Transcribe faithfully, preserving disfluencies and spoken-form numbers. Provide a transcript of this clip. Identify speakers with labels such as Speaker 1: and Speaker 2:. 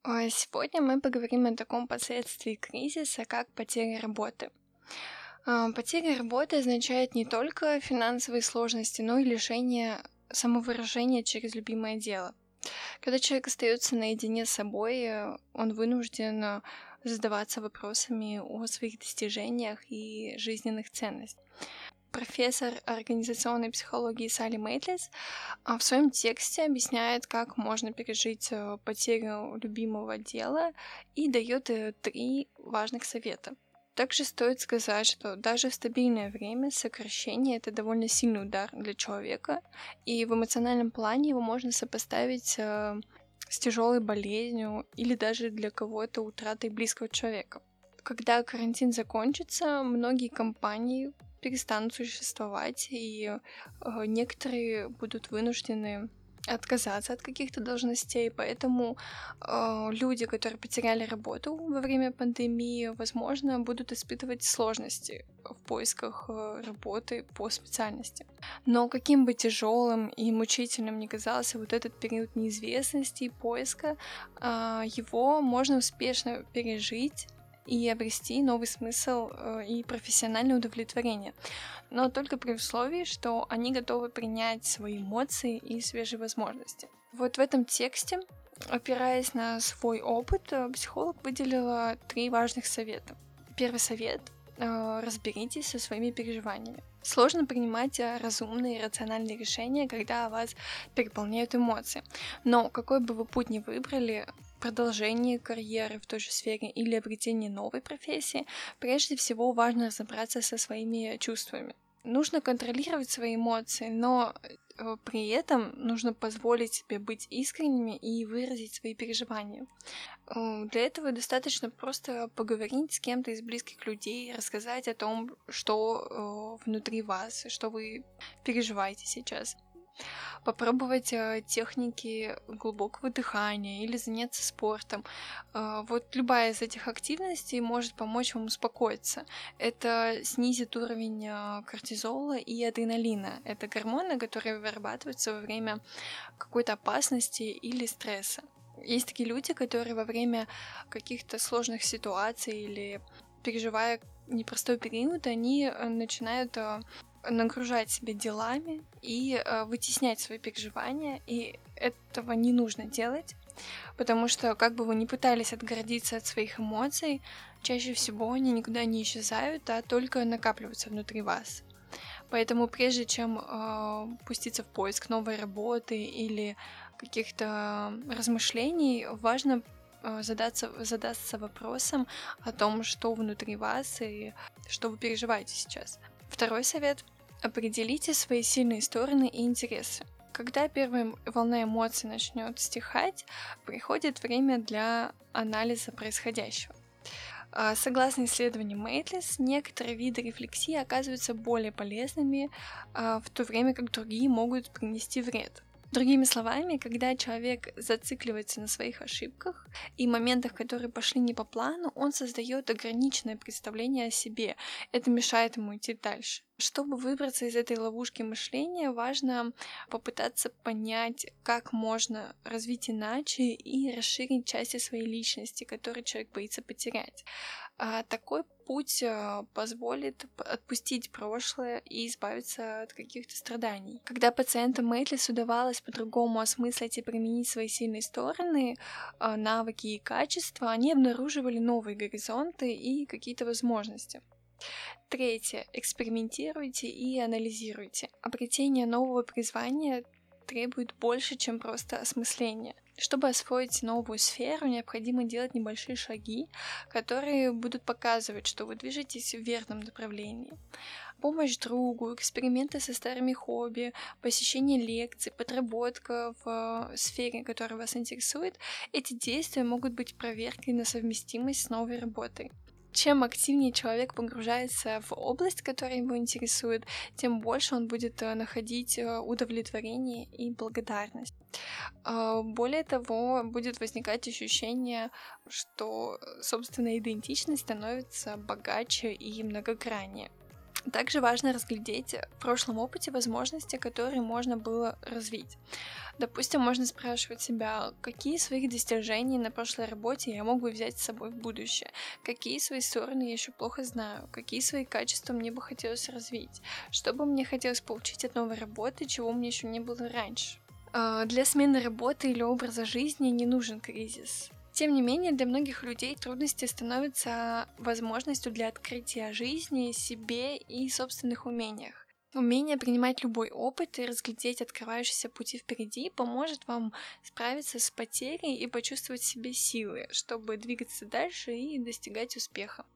Speaker 1: А, Сегодня мы поговорим о таком последствии кризиса, как потеря работы. А, Потеря работы означает не только финансовые сложности, но и лишение самовыражения через любимое дело. Когда человек остается наедине с собой, э, он вынужден э, задаваться вопросами о своих достижениях и жизненных ценностях. Профессор организационной психологии Салли Мейтлис а, в своем тексте объясняет, как можно пережить э, потерю любимого дела и дает э, три важных совета. Также стоит сказать, что даже в стабильное время сокращение — это довольно сильный удар для человека, и в эмоциональном плане его можно сопоставить э, с тяжелой болезнью или даже для кого-то утратой близкого человека. Когда карантин закончится, многие компании перестанут существовать, и э, некоторые будут вынуждены отказаться от каких-то должностей, поэтому э, люди, которые потеряли работу во время пандемии, возможно, будут испытывать сложности в поисках э, работы по специальности. Но каким бы тяжелым и мучительным ни казался вот этот период неизвестности и поиска, э, его можно успешно пережить и обрести новый смысл э, и профессиональное удовлетворение. Но только при условии, что они готовы принять свои эмоции и свежие возможности. Вот в этом тексте, опираясь на свой опыт, э, психолог выделила три важных совета. Первый совет э, — разберитесь со своими переживаниями. Сложно принимать э, разумные и рациональные решения, когда вас переполняют эмоции. Но какой бы вы путь ни выбрали, продолжение карьеры в той же сфере или обретение новой профессии, прежде всего важно разобраться со своими чувствами. Нужно контролировать свои эмоции, но э, при этом нужно позволить себе быть искренними и выразить свои переживания. Э, Для этого достаточно просто поговорить с кем-то из близких людей, рассказать о том, что э, внутри вас, что вы переживаете сейчас. Попробовать э, техники глубокого дыхания или заняться спортом. Э, вот любая из этих активностей может помочь вам успокоиться. Это снизит уровень э, кортизола и адреналина. Это гормоны, которые вырабатываются во время какой-то опасности или стресса. Есть такие люди, которые во время каких-то сложных ситуаций или переживая непростой период, они э, начинают э, нагружать себя делами и э, вытеснять свои переживания, и этого не нужно делать, потому что как бы вы ни пытались отгородиться от своих эмоций, чаще всего они никуда не исчезают, а только накапливаются внутри вас. Поэтому прежде чем э, пуститься в поиск новой работы или каких-то размышлений, важно э, задаться, задаться вопросом о том, что внутри вас и что вы переживаете сейчас. Второй совет — определите свои сильные стороны и интересы. Когда первая волна эмоций начнет стихать, приходит время для анализа происходящего. А, Согласно исследованию Мейтлис, некоторые виды рефлексии оказываются более полезными, а, в то время как другие могут принести вред. Другими словами, когда человек зацикливается на своих ошибках и моментах, которые пошли не по плану, он создает ограниченное представление о себе. Это мешает ему идти дальше. Чтобы выбраться из этой ловушки мышления, важно попытаться понять, как можно развить иначе и расширить части своей личности, которые человек боится потерять. А такой путь а, позволит п- отпустить прошлое и избавиться от каких-то страданий. Когда пациентам Мейтлис удавалось по-другому осмыслить и применить свои сильные стороны, а, навыки и качества, они обнаруживали новые горизонты и какие-то возможности. Третье. Экспериментируйте и анализируйте. Обретение нового призвания требует больше, чем просто осмысления. Чтобы освоить новую сферу, необходимо делать небольшие шаги, которые будут показывать, что вы движетесь в верном направлении. Помощь другу, эксперименты со старыми хобби, посещение лекций, подработка в э, сфере, которая вас интересует, эти действия могут быть проверкой на совместимость с новой работой. Чем активнее человек погружается в область, которая его интересует, тем больше он будет э, находить э, удовлетворение и благодарность. А, Более того, будет возникать ощущение, что э, собственная идентичность становится богаче и многограннее. Также важно разглядеть в прошлом опыте возможности, которые можно было развить. Допустим, можно спрашивать себя, какие своих достижений на прошлой работе я мог бы взять с собой в будущее, какие свои стороны я еще плохо знаю, какие свои качества мне бы хотелось развить, что бы мне хотелось получить от новой работы, чего мне еще не было раньше. А, Для смены работы или образа жизни не нужен кризис. Тем не менее, для многих людей трудности становятся возможностью для открытия жизни, себе и собственных умениях. Умение принимать любой опыт и разглядеть открывающиеся пути впереди поможет вам справиться с потерей и почувствовать в себе силы, чтобы двигаться дальше и достигать успеха.